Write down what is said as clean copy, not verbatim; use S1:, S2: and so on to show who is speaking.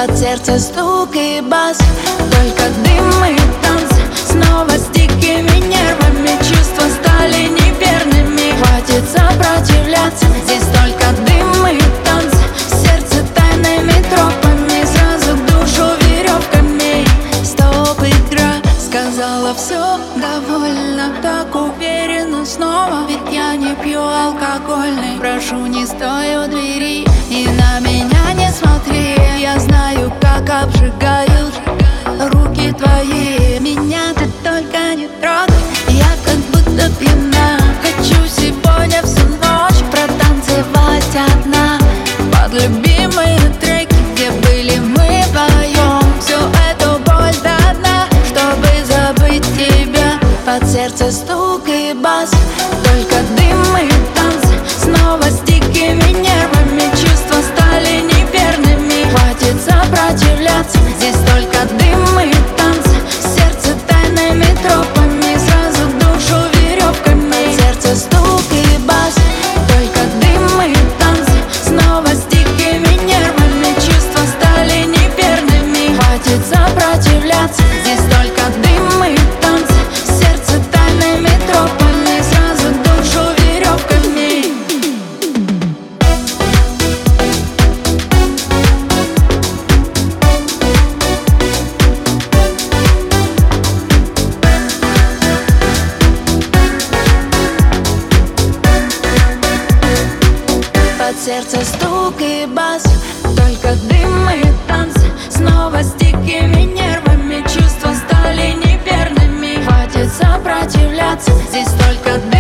S1: под сердце стук и бас. Только дым и танцы, снова с дикими нервами. Чувства стали неверными, хватит сопротивляться. Здесь только дым и танцы, сердце тайными тропами, сразу к душу веревками. Стоп, игра, сказала все, довольно. Так уверенно снова, ведь я не пью алкогольный. Прошу, не стой у двери и на меня не смотри. Я знаю, как обжигают руки твои. Меня ты только не трогай, я как будто пьяна. Хочу сегодня всю ночь протанцевать одна под любимые треки, где были мы вдвоем. Всю эту боль до дна, чтобы забыть тебя. Под сердце стук и бас, только дым и танцы, снова с дикими нервами. Чувства стали неверными, хватит сопротивляться. Здесь только дым и танцы, сердце тайными тропами, сразу к душу веревками. Под сердце стук и бас, только дым и танцы, снова с дикими нервами. Чувства стали неверными, хватит сопротивляться. Здесь только дым и танцы, сердце тайными тропами, сразу к душу веревками. Под сердце стук и бас, только дым и танцы, снова с дикими нервами. Чувства стали неверными, хватит сопротивляться. Здесь только дым